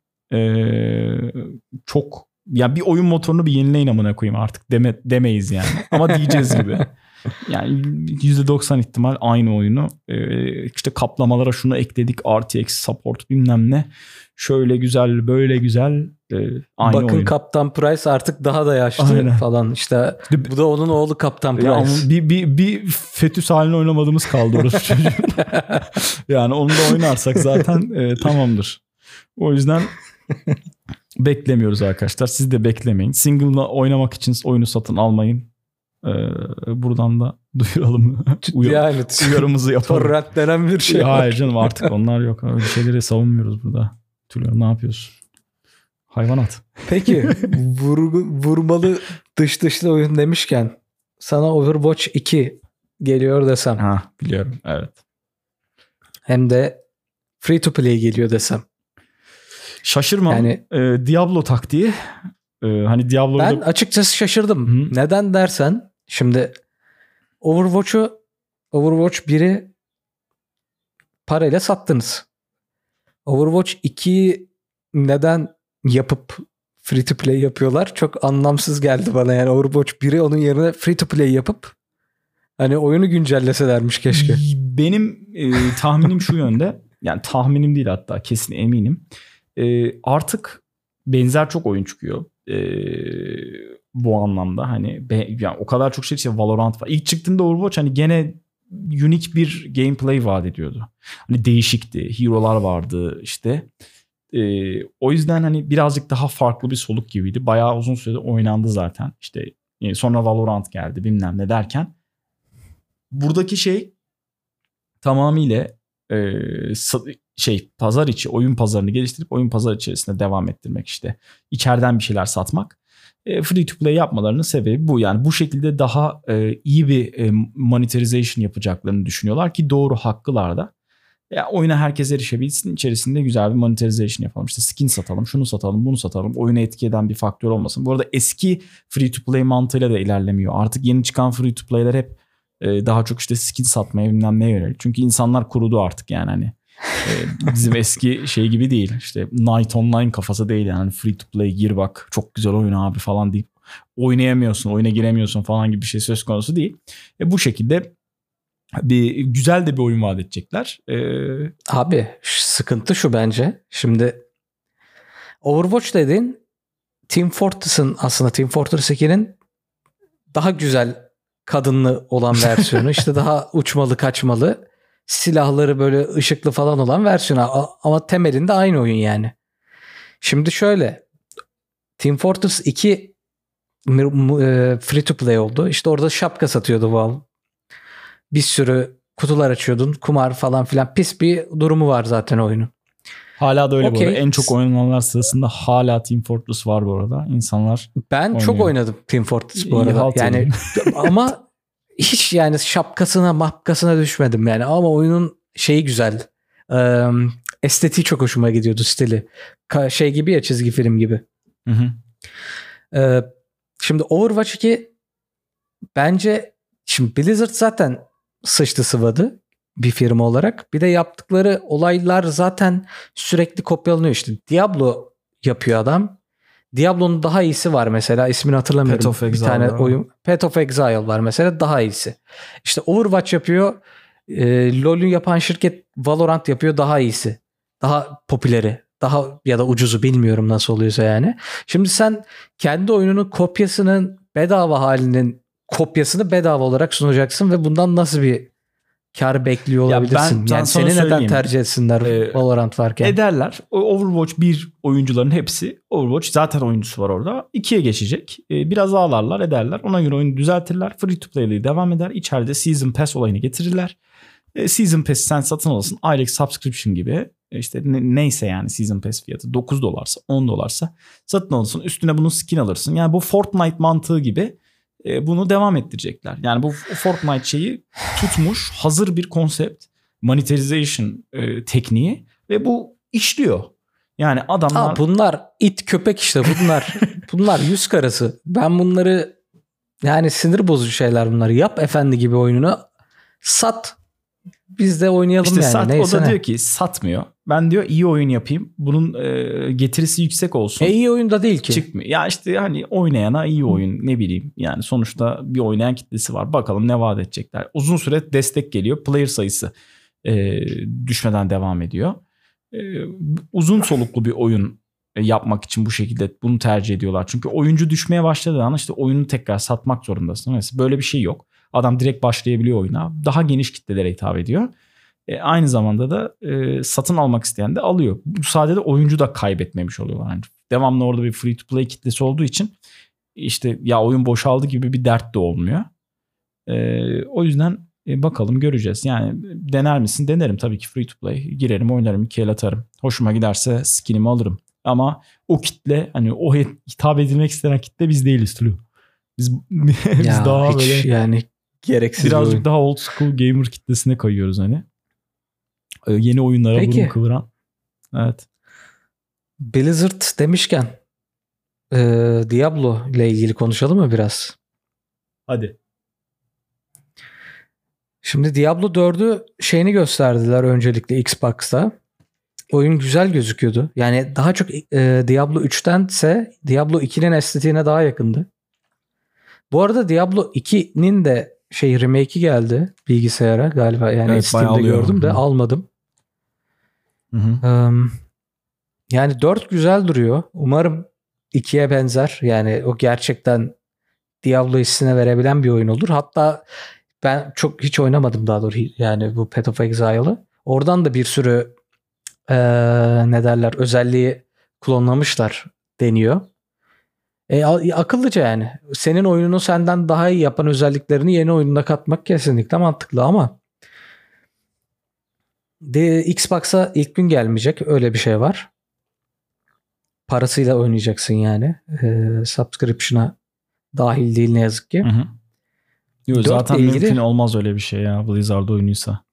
çok ya bir oyun motorunu bir yenileyin amına koyayım artık demeyiz yani. Ama diyeceğiz gibi. Yani %90 ihtimal aynı oyunu. İşte kaplamalara şunu ekledik. RTX support bilmem ne. Şöyle güzel, böyle güzel. Aynı Bakın oyun. Kaptan Price artık daha da yaşlı Aynen. falan. İşte bu da onun oğlu Kaptan Price. Ya bir fetüs halini oynamadığımız kaldı orası çocuğun. Yani onu da oynarsak zaten tamamdır. O yüzden beklemiyoruz arkadaşlar. Siz de beklemeyin. Single'la oynamak için oyunu satın almayın. Buradan da duyuralım. Yani Uyarımızı yapalım. torrent denen bir şey. Hayır canım, artık onlar yok. Öyle şeyleri savunmuyoruz burada. Tülyo, ne yapıyorsun? Hayvanat. Peki vurmalı dışlı oyun demişken sana Overwatch 2 geliyor desem. Ha, biliyorum, evet. Hem de free to play geliyor desem. Şaşırmam. Yani Diablo taktiği. Hani Diablo'da... Ben açıkçası şaşırdım. Hı. Neden dersen şimdi Overwatch 1'i parayla sattınız. Overwatch 2'yi neden yapıp free to play yapıyorlar? Çok anlamsız geldi bana. Yani Overwatch 1'i onun yerine free to play yapıp hani oyunu güncelleselermiş keşke. Benim tahminim şu yönde. Yani tahminim değil, hatta kesin eminim. Artık benzer çok oyun çıkıyor. Bu anlamda hani yani o kadar çok şey, işte Valorant var. İlk çıktığında Overwatch hani gene unique bir gameplay vaat ediyordu. Hani değişikti. Hero'lar vardı işte. O yüzden hani birazcık daha farklı bir soluk gibiydi. Bayağı uzun sürede oynandı zaten. İşte sonra Valorant geldi bilmem ne derken. Buradaki şey tamamıyla pazar içi oyun pazarını geliştirip oyun pazar içerisinde devam ettirmek, işte içeriden bir şeyler satmak. Free to play yapmalarının sebebi bu. Yani bu şekilde daha iyi bir monetization yapacaklarını düşünüyorlar ki doğru, haklılar da. Oyuna herkes erişebilsin, içerisinde güzel bir monetization yapalım. İşte skin satalım, şunu satalım, bunu satalım. Oyuna etki eden bir faktör olmasın. Bu arada eski free to play mantığıyla da ilerlemiyor. Artık yeni çıkan free to play'ler hep daha çok işte skin satmaya bilmem neye yönelik. Çünkü insanlar kurudu artık yani hani. Bizim eski şey gibi değil. İşte Night Online kafası değil yani. Free to play gir bak çok güzel oyun abi falan deyip oynayamıyorsun, oyuna giremiyorsun falan gibi bir şey söz konusu değil. Bu şekilde güzel de bir oyun vaat edecekler. Abi sıkıntı şu bence. Şimdi Overwatch dediğin Team Fortress'ın, aslında Team Fortress 2'nin daha güzel kadınlı olan versiyonu. İşte daha uçmalı kaçmalı, silahları böyle ışıklı falan olan versiyonu, ama temelinde aynı oyun yani. Şimdi şöyle, Team Fortress 2 free to play oldu. İşte orada şapka satıyordu Valve. Bir sürü kutular açıyordun. Kumar falan filan, pis bir durumu var zaten oyunun. Hala da öyle bu arada. En çok oynananlar sırasında hala Team Fortress var bu arada. İnsanlar ben oynuyor. Çok oynadım Team Fortress bu arada. Yani ama hiç yani şapkasına mapkasına düşmedim yani. Ama oyunun şeyi güzel. Estetiği çok hoşuma gidiyordu, stili. Şey gibi ya, çizgi film gibi. Hı hı. Şimdi Overwatch 2 bence, şimdi Blizzard zaten sıçtı sıvadı bir firma olarak. Bir de yaptıkları olaylar zaten sürekli kopyalanıyor işte. Diablo yapıyor adam. Diablo'nun daha iyisi var mesela. İsmini hatırlamıyorum. Path of Exile bir tane var. oyun. Path of Exile var mesela, daha iyisi. İşte Overwatch yapıyor. LoL'ü yapan şirket Valorant yapıyor, daha iyisi. Daha popüleri. Daha ya da ucuzu, bilmiyorum nasıl oluyorsa yani. Şimdi sen kendi oyununun kopyasının bedava halinin kopyasını bedava olarak sunacaksın ve bundan nasıl bir kar bekliyor olabilirsin? Ben yani seni neden tercih etsinler Valorant varken? Ederler. Overwatch 1 oyuncuların hepsi, Overwatch zaten oyuncusu var orada, 2'ye geçecek. Biraz ağlarlar ederler. Ona göre oyunu düzeltirler. Free to play'liği devam eder. İçeride Season Pass olayını getirirler. Season Pass'i sen satın alırsın. Aylık subscription gibi. İşte neyse yani Season Pass fiyatı $9'sa $10'sa satın alırsın. Üstüne bunun skin alırsın. Yani bu Fortnite mantığı gibi bunu devam ettirecekler. Yani bu Fortnite şeyi tutmuş, hazır bir konsept, monetization tekniği ve bu işliyor. Yani adamlar... bunlar it köpek işte bunlar. Bunlar yüz karası. Ben bunları, yani sinir bozucu şeyler bunlar. Yap efendi gibi oyununu, sat. Biz de oynayalım işte yani. Neyse, neyse o da ne. diyor ki satmıyor. ben diyor iyi oyun yapayım. Bunun getirisi yüksek olsun. İyi oyun da değil ki. Çıkmıyor. Ya işte hani oynayana iyi oyun, ne bileyim. Yani sonuçta bir oynayan kitlesi var. Bakalım ne vaat edecekler. Uzun süre destek geliyor. Player sayısı düşmeden devam ediyor. Uzun soluklu bir oyun yapmak için bu şekilde bunu tercih ediyorlar. Çünkü oyuncu düşmeye başladığı an işte oyunu tekrar satmak zorundasın. Mesela böyle bir şey yok. Adam direkt başlayabiliyor oyuna. Daha geniş kitlelere hitap ediyor. Aynı zamanda da satın almak isteyen de alıyor. Bu sayede de oyuncu da kaybetmemiş oluyorlar. Yani devamlı orada bir free to play kitlesi olduğu için işte ya oyun boşaldı gibi bir dert de olmuyor. O yüzden bakalım, göreceğiz. Yani dener misin? Denerim tabii ki, free to play. Girerim, oynarım, 2 el atarım. Hoşuma giderse skinimi alırım. Ama o kitle, hani o hitap edilmek istenen kitle biz değiliz Tulu. Biz ya daha hiç böyle yani gereksiz birazcık daha old school gamer kitlesine kayıyoruz hani. Yeni oyunlara burun kıvıran. Evet. Blizzard demişken Diablo ile ilgili konuşalım mı biraz? Hadi. Şimdi Diablo 4'ü şeyini gösterdiler öncelikle Xbox'ta. Oyun güzel gözüküyordu. Yani daha çok Diablo 3'tense Diablo 2'nin estetiğine daha yakındı. Bu arada Diablo 2'nin de remake'i geldi bilgisayara galiba. Yani evet, Steam'de gördüm de almadım. Hı. Yani 4 güzel duruyor. Umarım 2'ye benzer. Yani o gerçekten Diablo hissine verebilen bir oyun olur. Hatta ben çok hiç oynamadım daha doğrusu yani bu Path of Exile'ı. Oradan da bir sürü ne derler özelliği klonlamışlar deniyor. Akıllıca yani. Senin oyununu senden daha iyi yapan özelliklerini yeni oyununa katmak kesinlikle mantıklı ama Xbox'a ilk gün gelmeyecek. Öyle bir şey var. Parasıyla oynayacaksın yani. Subscription'a dahil değil ne yazık ki. Hı. Yo, zaten ilgili, mümkün olmaz öyle bir şey ya, Blizzard oyunuysa.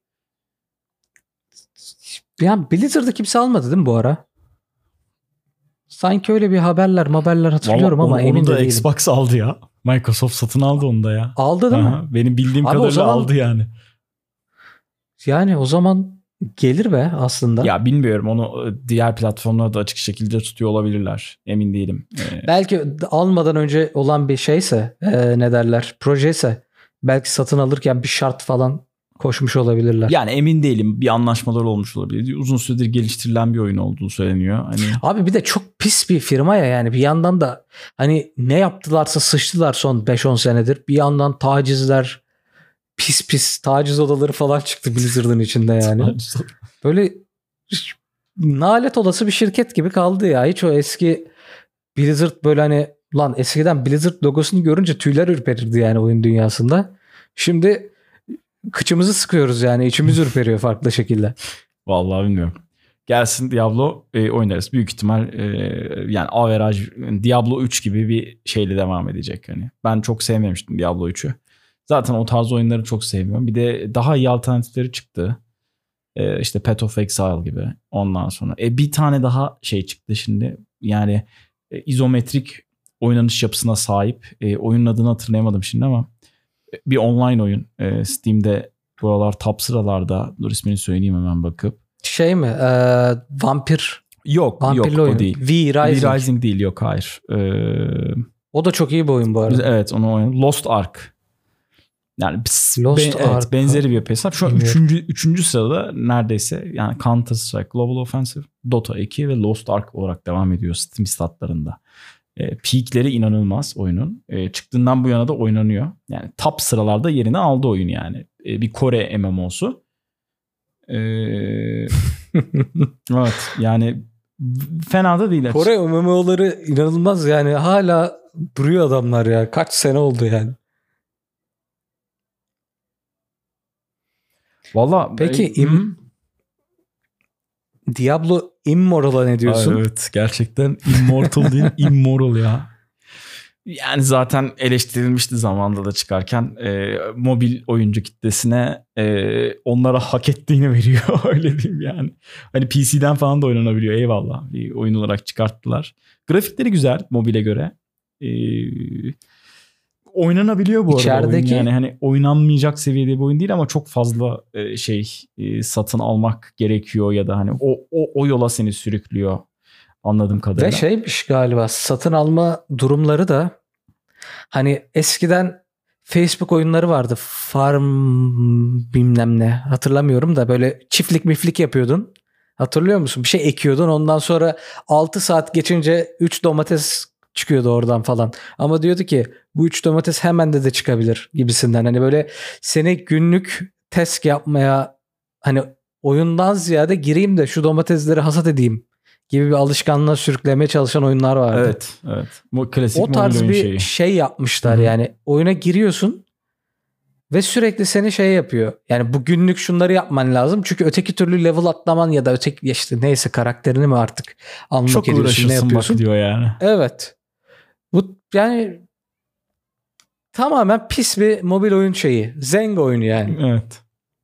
Ya Blizzard'ı kimse almadı değil mi bu ara? Sanki öyle bir haberler hatırlıyorum ama emin de değilim. Onu da Xbox aldı ya. Microsoft satın aldı onu da ya. Aldı değil mi? Benim bildiğim abi kadarıyla zaman, aldı yani. Yani o zaman gelir be aslında. Ya bilmiyorum, onu diğer platformlarda da açık şekilde tutuyor olabilirler. Emin değilim. Belki almadan önce olan bir şeyse ne derler projeyse belki satın alırken bir şart falan koşmuş olabilirler. Yani emin değilim, bir anlaşmalar olmuş olabilir. Uzun süredir geliştirilen bir oyun olduğu söyleniyor. Hani... Abi bir de çok pis bir firma ya, yani bir yandan da hani ne yaptılarsa sıçtılar son 5-10 senedir. Bir yandan tacizler, pis taciz odaları falan çıktı Blizzard'ın içinde yani. Böyle nalet olası bir şirket gibi kaldı ya. Hiç o eski Blizzard böyle hani lan eskiden Blizzard logosunu görünce tüyler ürperirdi yani oyun dünyasında. Şimdi kıçımızı sıkıyoruz yani, içimiz ürperiyor farklı şekilde. Vallahi bilmiyorum. Gelsin Diablo, oynarız. Büyük ihtimal yani average Diablo 3 gibi bir şeyle devam edecek. Hani ben çok sevmemiştim Diablo 3'ü. Zaten o tarz oyunları çok sevmiyorum. Bir de daha iyi alternatifleri çıktı. İşte Path of Exile gibi. Ondan sonra bir tane daha şey çıktı şimdi. Yani izometrik oynanış yapısına sahip. Oyunun adını hatırlayamadım şimdi ama bir online oyun. Steam'de bu aralar top sıralarda. Dur ismini söyleyeyim hemen bakıp. Şey mi? Vampir. Yok oyun. o değil. V-Rising. V-Rising değil, yok hayır. O da çok iyi bir oyun bu arada. Evet, onu oynadım. Lost Ark. Yani Ark. benzeri bir hesap. Şu an 3. sırada neredeyse, yani Counter Strike Global Offensive, Dota 2 ve Lost Ark olarak devam ediyor Steam statlarında. Peakleri inanılmaz oyunun. Çıktığından bu yana da oynanıyor. Yani top sıralarda yerini aldı oyun yani. Bir Kore MMO'su. Evet yani fena da değil. Kore MMO'ları inanılmaz yani, hala duruyor adamlar ya. Kaç sene oldu yani. Valla peki Diablo Immortal'a ne diyorsun? Evet, gerçekten Immortal değil, immoral ya. Yani zaten eleştirilmişti zamanında da çıkarken, mobil oyuncu kitlesine onlara hak ettiğini veriyor öyle diyeyim yani. Hani PC'den falan da oynanabiliyor, eyvallah, bir oyun olarak çıkarttılar. Grafikleri güzel mobile göre. oynanabiliyor bu arada İçerideki... oyun. Yani hani oynanmayacak seviyede bir oyun değil ama çok fazla satın almak gerekiyor ya da hani o yola seni sürüklüyor anladığım kadarıyla. Ve şeymiş galiba, satın alma durumları da hani eskiden Facebook oyunları vardı. Farm bilmem ne, hatırlamıyorum da, böyle çiftlik miflik yapıyordun. Hatırlıyor musun? Bir şey ekiyordun, ondan sonra 6 saat geçince 3 domates çıkıyordu oradan falan. Ama diyordu ki bu 3 domates hemen de çıkabilir gibisinden. Hani böyle seni günlük test yapmaya, hani oyundan ziyade gireyim de şu domatesleri hasat edeyim gibi bir alışkanlığa sürüklemeye çalışan oyunlar vardı. Evet, evet. Bu klasik o tarz mobil oyun bir şey yapmışlar. Hı-hı. Yani oyuna giriyorsun ve sürekli seni şey yapıyor. Yani bu günlük şunları yapman lazım. Çünkü öteki türlü level atlaman ya da öteki işte neyse karakterini mi artık almak çok ediyorsun, ne yapıyorsun? Bak diyor yani. Evet. Bu yani tamamen pis bir mobil oyun şeyi. Zeng oyunu yani. Evet.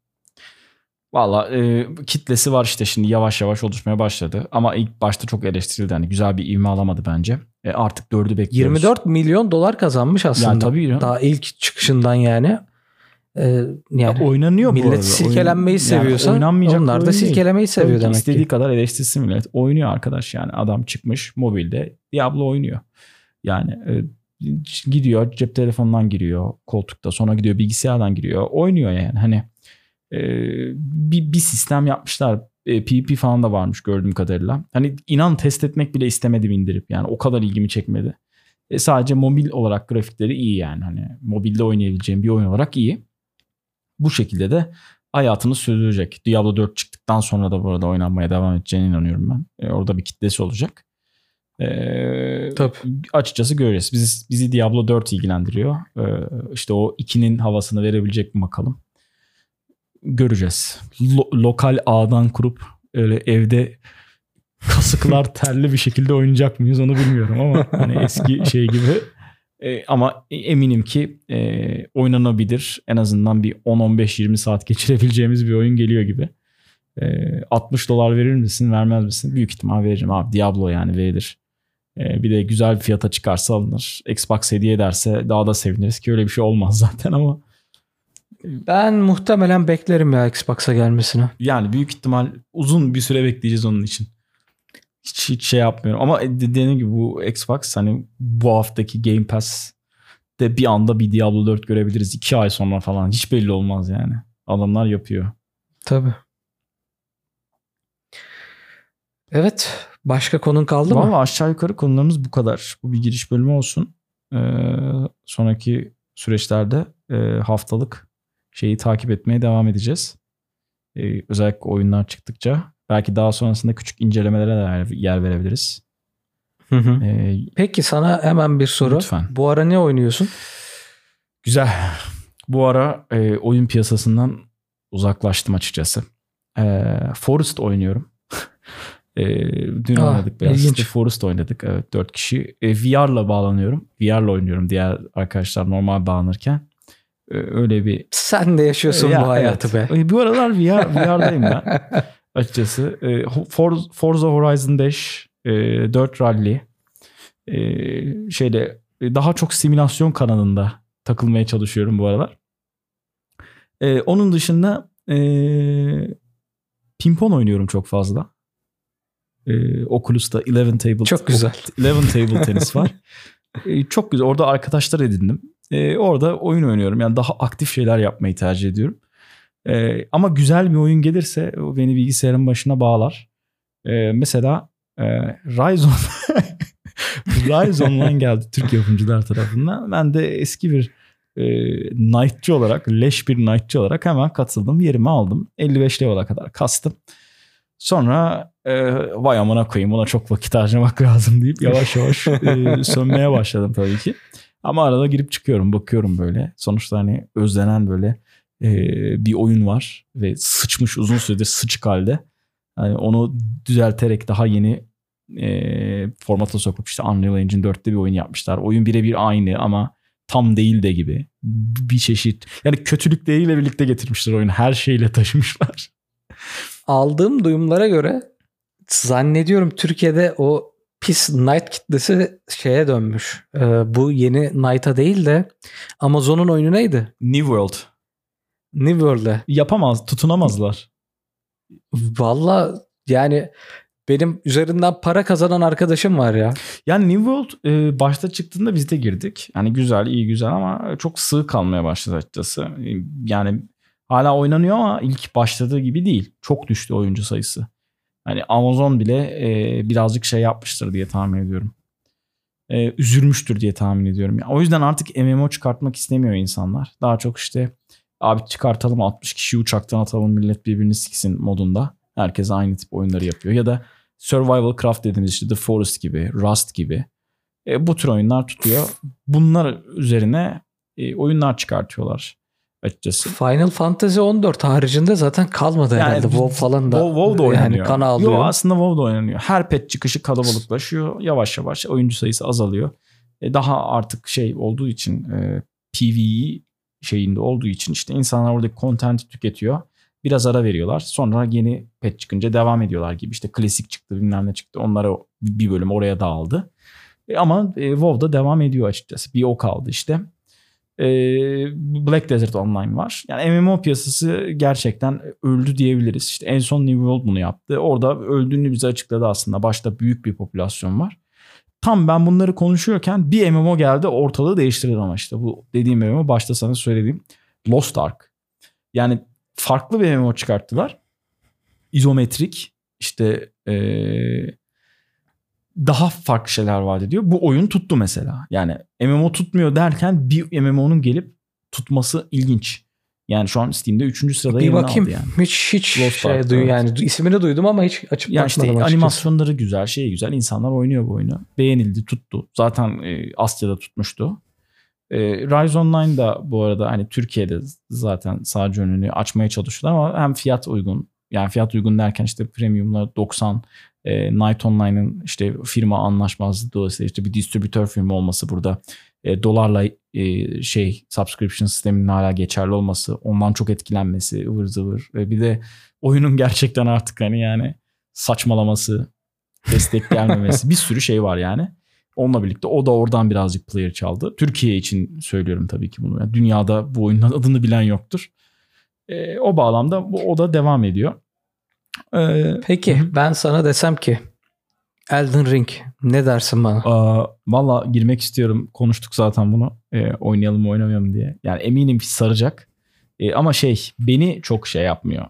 Valla kitlesi var işte, şimdi yavaş yavaş oluşmaya başladı. Ama ilk başta çok eleştirildi. Hani güzel bir ivme alamadı bence. Artık 4'ü bekliyoruz. 24 milyon dolar kazanmış aslında. Yani tabii ya. Daha ilk çıkışından yani. Yani oynanıyor bu arada. Millet silkelenmeyi seviyorsa yani onlar da silkelemeyi seviyor demek ki. İstediği kadar eleştirsin millet. Oynuyor arkadaş yani. Adam çıkmış mobilde Diablo oynuyor. Yani gidiyor cep telefonundan giriyor koltukta. Sonra gidiyor bilgisayardan giriyor. Oynuyor yani. Hani bir sistem yapmışlar. PvP falan da varmış gördüğüm kadarıyla. Hani inan test etmek bile istemedim indirip. Yani o kadar ilgimi çekmedi. Sadece mobil olarak grafikleri iyi yani. Hani mobilde oynayabileceğim bir oyun olarak iyi. Bu şekilde de hayatını sürdürecek. Diablo 4 çıktıktan sonra da bu arada oynanmaya devam edeceğine inanıyorum ben. Orada bir kitlesi olacak. Tabii. Açıkçası göreceğiz. Bizi Diablo 4 ilgilendiriyor. İşte o 2'nin havasını verebilecek mi bakalım. Göreceğiz. Lokal ağdan kurup öyle evde kasıklar terli bir şekilde oynayacak mıyız onu bilmiyorum ama hani eski şey gibi. Ama eminim ki oynanabilir. En azından bir 10-15-20 saat geçirebileceğimiz bir oyun geliyor gibi. $60 verir misin, vermez misin? Büyük ihtimal veririm abi. Diablo yani verilir. Bir de güzel bir fiyata çıkarsa alınır. Xbox hediye ederse daha da seviniriz ki öyle bir şey olmaz zaten ama. Ben muhtemelen beklerim ya Xbox'a gelmesini. Yani büyük ihtimal uzun bir süre bekleyeceğiz onun için. Hiç şey yapmıyorum. Ama dediğim gibi bu Xbox hani bu haftaki Game Pass'te bir anda bir Diablo 4 görebiliriz. 2 ay sonra falan. Hiç belli olmaz yani. Adamlar yapıyor. Tabii. Evet. Başka konun kaldı mı? Vallahi aşağı yukarı konularımız bu kadar. Bu bir giriş bölümü olsun. Sonraki süreçlerde haftalık şeyi takip etmeye devam edeceğiz. Özellikle oyunlar çıktıkça. Belki daha sonrasında küçük incelemelere de yer verebiliriz. Peki sana hemen bir soru. Lütfen. Bu ara ne oynuyorsun? Güzel. Bu ara oyun piyasasından uzaklaştım açıkçası. Forest oynuyorum. Dün oynadık biraz. Forest oynadık. Evet, 4 kişi. VR'la bağlanıyorum. VR'la oynuyorum diğer arkadaşlar normal bağlanırken. Öyle bir... Sen de yaşıyorsun bu hayatı evet. be. Bu aralar VR'dayım ben. Açıkçası. Forza Horizon 5, 4 Rally. Daha çok simülasyon kanalında takılmaya çalışıyorum bu aralar. Onun dışında pimpon oynuyorum çok fazla. Oculus'ta 11 table. Çok güzel. 11 table tenis var. Çok güzel. Orada arkadaşlar edindim. Orada oyun oynuyorum. Yani daha aktif şeyler yapmayı tercih ediyorum. Ama güzel bir oyun gelirse beni bilgisayarın başına bağlar. Mesela Rise Online geldi Türk yapımcılar tarafından. Ben de eski bir Knight'çı olarak, leş bir Knight'çı olarak hemen katıldım. Yerimi aldım. 55 level'a kadar kastım. Sonra vay amına koyayım, ona çok vakit harcamak lazım deyip yavaş yavaş sönmeye başladım tabii ki. Ama arada girip çıkıyorum, bakıyorum böyle. Sonuçta hani özlenen böyle bir oyun var ve sıçmış, uzun süredir sıçık halde. Yani onu düzelterek daha yeni formata sokup işte Unreal Engine 4'te bir oyun yapmışlar. Oyun birebir aynı ama tam değil de gibi bir çeşit. Yani kötülükleriyle birlikte getirmişler oyunu. Her şeyle taşımışlar. Aldığım duyumlara göre zannediyorum Türkiye'de o pis Knight kitlesi şeye dönmüş. Bu yeni Knight'a değil de Amazon'un oyunu neydi? New World. New World'e. Tutunamazlar. Valla yani benim üzerinden para kazanan arkadaşım var ya. Yani New World başta çıktığında biz de girdik. Yani güzel, iyi güzel ama çok sığ kalmaya başladı açıkçası. Yani hala oynanıyor ama ilk başladığı gibi değil. Çok düştü oyuncu sayısı. Hani Amazon bile birazcık şey yapmıştır diye tahmin ediyorum. Üzülmüştür diye tahmin ediyorum. Yani o yüzden artık MMO çıkartmak istemiyor insanlar. Daha çok işte abi çıkartalım 60 kişiyi uçaktan atalım millet birbirini siksin modunda. Herkes aynı tip oyunları yapıyor. Ya da Survival Craft dediğimiz işte The Forest gibi, Rust gibi bu tür oyunlar tutuyor. Bunlar üzerine oyunlar çıkartıyorlar açıkçası. Final Fantasy 14 haricinde zaten kalmadı herhalde. WoW falan da WoW da oynanıyor. Yani kan ağlıyor. Yok aslında WoW da oynanıyor. Her patch çıkışı kalabalıklaşıyor. Yavaş yavaş oyuncu sayısı azalıyor. Daha artık şey olduğu için PvE şeyinde olduğu için işte insanlar oradaki content'i tüketiyor. Biraz ara veriyorlar. Sonra yeni patch çıkınca devam ediyorlar gibi. İşte klasik çıktı bilmem ne çıktı. Onlara bir bölüm oraya dağıldı. Ama WoW'da devam ediyor açıkçası. Bir o kaldı işte. Black Desert Online var. Yani MMO piyasası gerçekten öldü diyebiliriz. İşte en son New World bunu yaptı. Orada öldüğünü bize açıkladı aslında. Başta büyük bir popülasyon var. Tam ben bunları konuşuyorken bir MMO geldi ortalığı değiştirdi ama işte bu dediğim MMO başta sana söylediğim Lost Ark. Yani farklı bir MMO çıkarttılar. İzometrik işte daha farklı şeyler vaat ediyor. Bu oyun tuttu mesela. Yani MMO tutmuyor derken bir MMO'nun gelip tutması ilginç. Yani şu an Steam'de 3. sırada yerini aldı yani. Bir bakayım. Hiç şey evet. yani ismini duydum ama hiç açıp yani bakmadım işte açıkçası. animasyonları güzel, şey güzel. İnsanlar oynuyor bu oyunu. Beğenildi, tuttu. Zaten Asya'da tutmuştu. Rise Online da bu arada hani Türkiye'de zaten sadece önünü açmaya çalışıyorlar ama hem fiyat uygun. Yani fiyat uygun derken işte premium'la 90, Night Online'ın işte firma anlaşmazlığı dolayısıyla işte bir distribütör firma olması burada. Dolarla subscription sisteminin hala geçerli olması, ondan çok etkilenmesi, ıvır zıvır. Bir de oyunun gerçekten artık hani yani saçmalaması, destek gelmemesi bir sürü şey var yani. Onunla birlikte o da oradan birazcık player çaldı. Türkiye için söylüyorum tabii ki bunu. Yani dünyada bu oyunun adını bilen yoktur. O bağlamda o da devam ediyor. Peki ben sana desem ki Elden Ring ne dersin bana? Valla girmek istiyorum. Konuştuk zaten bunu. Oynayalım mı oynamayalım diye. Yani eminim ki saracak. Ama beni çok yapmıyor.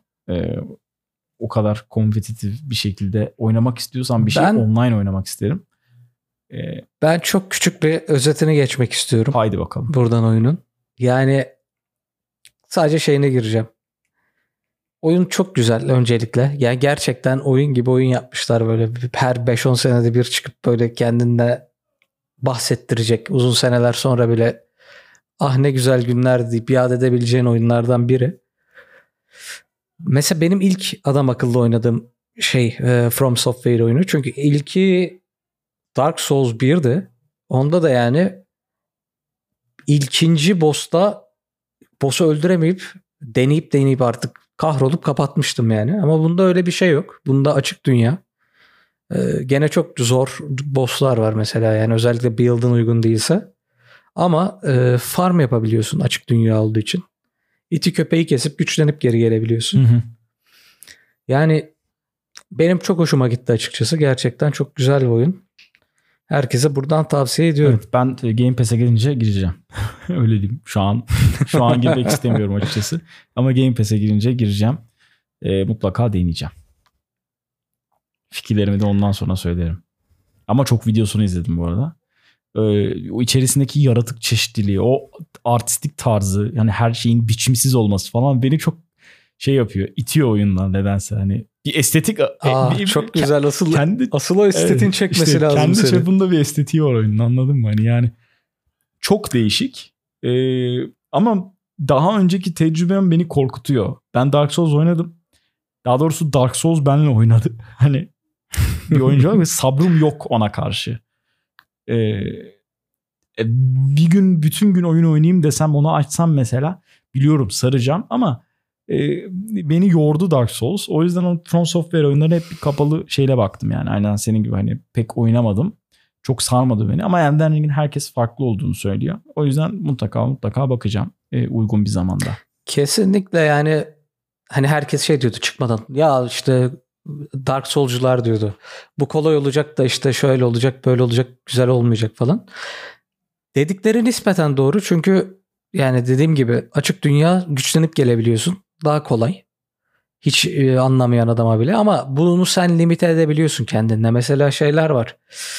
O kadar kompetitif bir şekilde oynamak istiyorsam online oynamak isterim. Ben çok küçük bir özetini geçmek istiyorum. Haydi bakalım. Buradan oyunun. Yani sadece şeyine gireceğim. Oyun çok güzel öncelikle. Yani gerçekten oyun gibi oyun yapmışlar böyle. Her 5-10 senede bir çıkıp böyle kendinde bahsettirecek. Uzun seneler sonra bile ah ne güzel günler deyip yad edebileceğin oyunlardan biri. Mesela benim ilk adam akıllı oynadığım From Software oyunu. Çünkü ilki Dark Souls 1'di. Onda da yani ilkinci boss'u öldüremeyip deneyip artık kahrolup kapatmıştım yani. Ama bunda öyle bir şey yok. Bunda açık dünya. Gene çok zor boss'lar var mesela. Yani özellikle build'ın uygun değilse. Ama farm yapabiliyorsun açık dünya olduğu için. İti köpeği kesip güçlenip geri gelebiliyorsun. Hı hı. Yani benim çok hoşuma gitti açıkçası. Gerçekten çok güzel bir oyun. Herkese buradan tavsiye ediyorum. Evet, ben Game Pass'e gelince gireceğim. Öyle diyeyim. Şu an girmek istemiyorum açıkçası. Ama Game Pass'e girince gireceğim. Mutlaka deneyeceğim. Fikirlerimi de ondan sonra söylerim. Ama çok videosunu izledim bu arada. O içerisindeki yaratık çeşitliliği, o artistik tarzı, yani her şeyin biçimsiz olması falan beni çok yapıyor. İtiyor oyundan nedense hani. Bir estetik çok güzel asıl o estetiğin çekmesi işte lazım kendi seni. çapında bir estetiği var oyunun, anladın mı? Hani yani çok değişik. Ama daha önceki tecrübem beni korkutuyor. Ben Dark Souls oynadım. Daha doğrusu Dark Souls benimle oynadı. Hani bir oyuncu var ve sabrım yok ona karşı. Bir gün bütün gün oyun oynayayım desem, onu açsam mesela biliyorum saracağım ama beni yordu Dark Souls. O yüzden o From Software oyunlarına hep bir kapalı şeyle baktım yani. Aynen senin gibi hani pek oynamadım. Çok sarmadı beni ama Elden Ring'in herkes farklı olduğunu söylüyor. O yüzden mutlaka bakacağım uygun bir zamanda. Kesinlikle yani hani herkes şey diyordu çıkmadan. Ya işte Dark Souls'cular diyordu. Bu kolay olacak da işte şöyle olacak, böyle olacak, güzel olmayacak falan. Dedikleri nispeten doğru çünkü yani dediğim gibi açık dünya güçlenip gelebiliyorsun. Daha kolay. Hiç anlamayan adama bile ama bunu sen limite edebiliyorsun kendinle. Mesela şeyler var.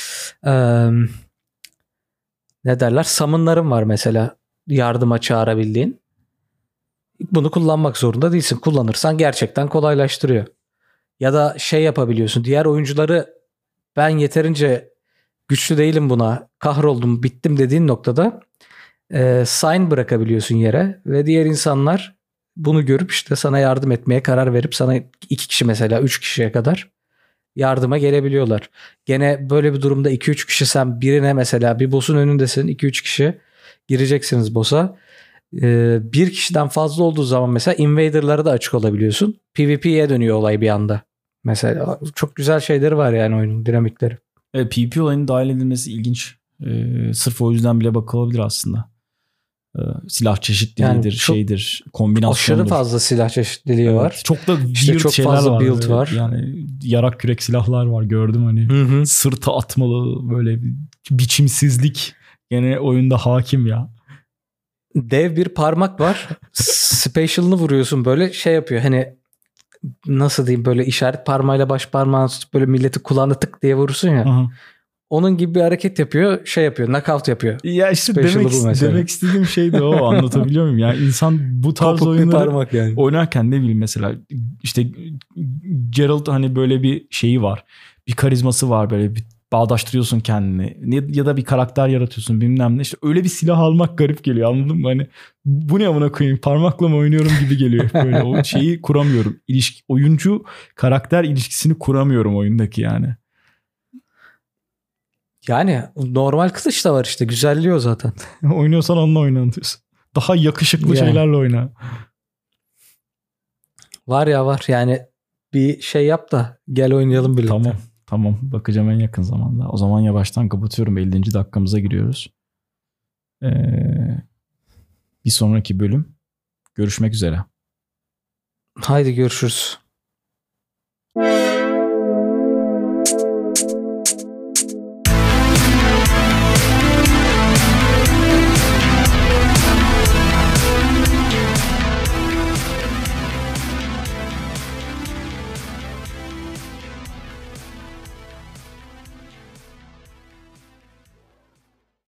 Ne derler? Summon'ların var mesela yardıma çağırabildiğin. Bunu kullanmak zorunda değilsin. Kullanırsan gerçekten kolaylaştırıyor. Ya da şey yapabiliyorsun. Diğer oyuncuları ben yeterince güçlü değilim buna, kahroldum, bittim dediğin noktada sign bırakabiliyorsun yere ve diğer insanlar bunu görüp işte sana yardım etmeye karar verip sana 2 kişi mesela 3 kişiye kadar yardıma gelebiliyorlar. Gene böyle bir durumda 2-3 kişi sen birine mesela bir boss'un önündesin 2-3 kişi gireceksiniz boss'a. Bir kişiden fazla olduğu zaman mesela invader'lara da açık olabiliyorsun. PvP'ye dönüyor olay bir anda. Mesela çok güzel şeyleri var yani oyunun dinamikleri. PvP olayının dahil edilmesi ilginç. Sırf o yüzden bile bakılabilir aslında. Silah çeşitliliğidir, Yani şeydir, kombinasyondur. Aşırı fazla silah çeşitliliği var. Çok da İşte weird çok şeyler fazla var. build var. Yani yarak kürek silahlar var gördüm hani. Hı. Sırta atmalı böyle bir biçimsizlik gene oyunda hakim ya. Dev bir parmak var. Special'ını vuruyorsun böyle şey yapıyor. Hani nasıl diyeyim böyle işaret parmağıyla baş parmağını tutup böyle milleti kulağına tık diye vurursun ya. Aha. Onun gibi bir hareket yapıyor. Şey yapıyor. Knockout yapıyor. Ya işte Special'ı demek istediğim şey de o. Anlatabiliyor muyum? Yani insan bu tarz Topuk bir oyunları parmak yani. oynarken ne bileyim mesela işte Geralt hani böyle bir şeyi var. Bir karizması var böyle bir bağdaştırıyorsun kendini. Ya da bir karakter yaratıyorsun bilmem ne. İşte öyle bir silah almak garip geliyor anladın mı? Hani bu ne amına koyayım parmakla mı oynuyorum gibi geliyor. Böyle o şeyi kuramıyorum. Oyuncu karakter ilişkisini kuramıyorum oyundaki yani. Yani normal kılıç da var işte. Güzelliği o zaten. Oynuyorsan onunla oynan diyorsun. Daha yakışıklı Yani. şeylerle oyna. Var ya var. Yani bir şey yap da gel oynayalım birlikte. Tamam. Bakacağım en yakın zamanda. O zaman yavaştan kapatıyorum. 50. dakikamıza giriyoruz. Bir sonraki bölüm. Görüşmek üzere. Haydi görüşürüz.